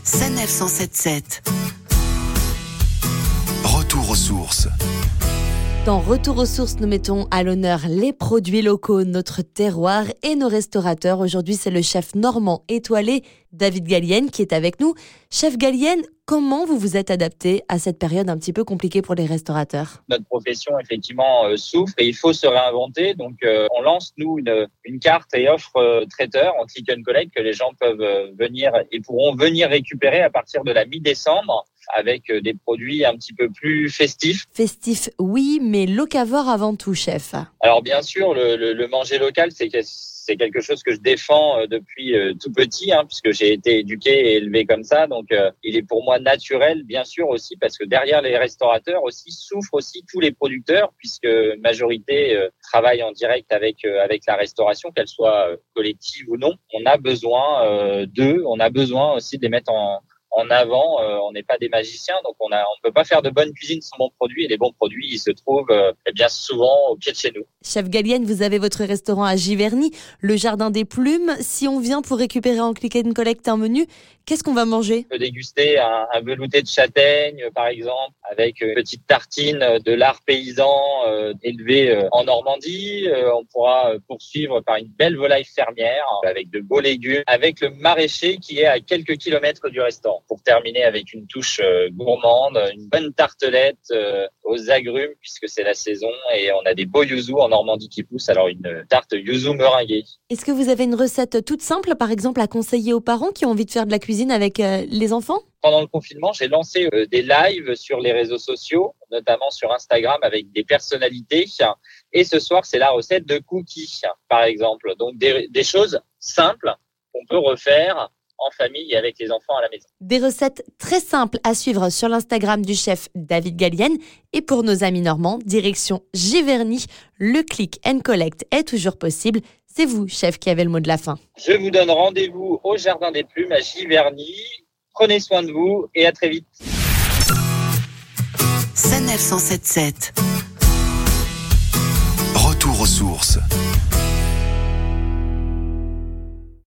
Sanef 177. Retour aux sources. Dans Retour aux sources, nous mettons à l'honneur les produits locaux, notre terroir et nos restaurateurs. Aujourd'hui, c'est le chef normand étoilé, David Gallienne, qui est avec nous. Chef Gallienne, comment vous vous êtes adapté à cette période un petit peu compliquée pour les restaurateurs ? Notre profession, effectivement, souffre et il faut se réinventer. Donc, on lance, nous, une carte et offre traiteur en click and collect que les gens peuvent venir et pourront venir récupérer à partir de la mi-décembre avec des produits un petit peu plus festifs. Festif, oui, mais locavore avant tout, chef. Alors, bien sûr, le manger local, c'est quelque chose que je défends depuis tout petit, puisque j'ai été éduqué et élevé comme ça. Donc, il est pour moi naturel, bien sûr aussi, parce que derrière les restaurateurs aussi souffrent aussi tous les producteurs, puisque majorité travaille en direct avec la restauration, qu'elle soit collective ou non. On a besoin d'eux, on a besoin aussi de les mettre en avant. On n'est pas des magiciens, donc on peut pas faire de bonne cuisine sans bons produits, et les bons produits, ils se trouvent bien souvent au pied de chez nous. Chef Gallienne, vous avez votre restaurant à Giverny, le Jardin des Plumes. Si on vient pour récupérer en click and collect un menu, qu'est-ce qu'on va manger ? On peut déguster un velouté de châtaigne, par exemple, avec une petite tartine de lard paysan élevé en Normandie. On pourra poursuivre par une belle volaille fermière avec de beaux légumes, avec le maraîcher qui est à quelques kilomètres du restaurant. Pour terminer avec une touche gourmande, une bonne tartelette aux agrumes, puisque c'est la saison, et on a des beaux yuzu en Normandie qui poussent, alors une tarte yuzu meringuée. Est-ce que vous avez une recette toute simple, par exemple, à conseiller aux parents qui ont envie de faire de la cuisine avec les enfants ? Pendant le confinement, j'ai lancé des lives sur les réseaux sociaux, notamment sur Instagram avec des personnalités. Et ce soir, c'est la recette de cookies, par exemple. Donc des choses simples qu'on peut refaire en famille et avec les enfants à la maison. Des recettes très simples à suivre sur l'Instagram du chef David Gallienne. Et pour nos amis normands, direction Giverny, le click and collect est toujours possible. C'est vous, chef, qui avez le mot de la fin. Je vous donne rendez-vous au Jardin des Plumes à Giverny. Prenez soin de vous et à très vite. Sanef 177. Retour aux sources.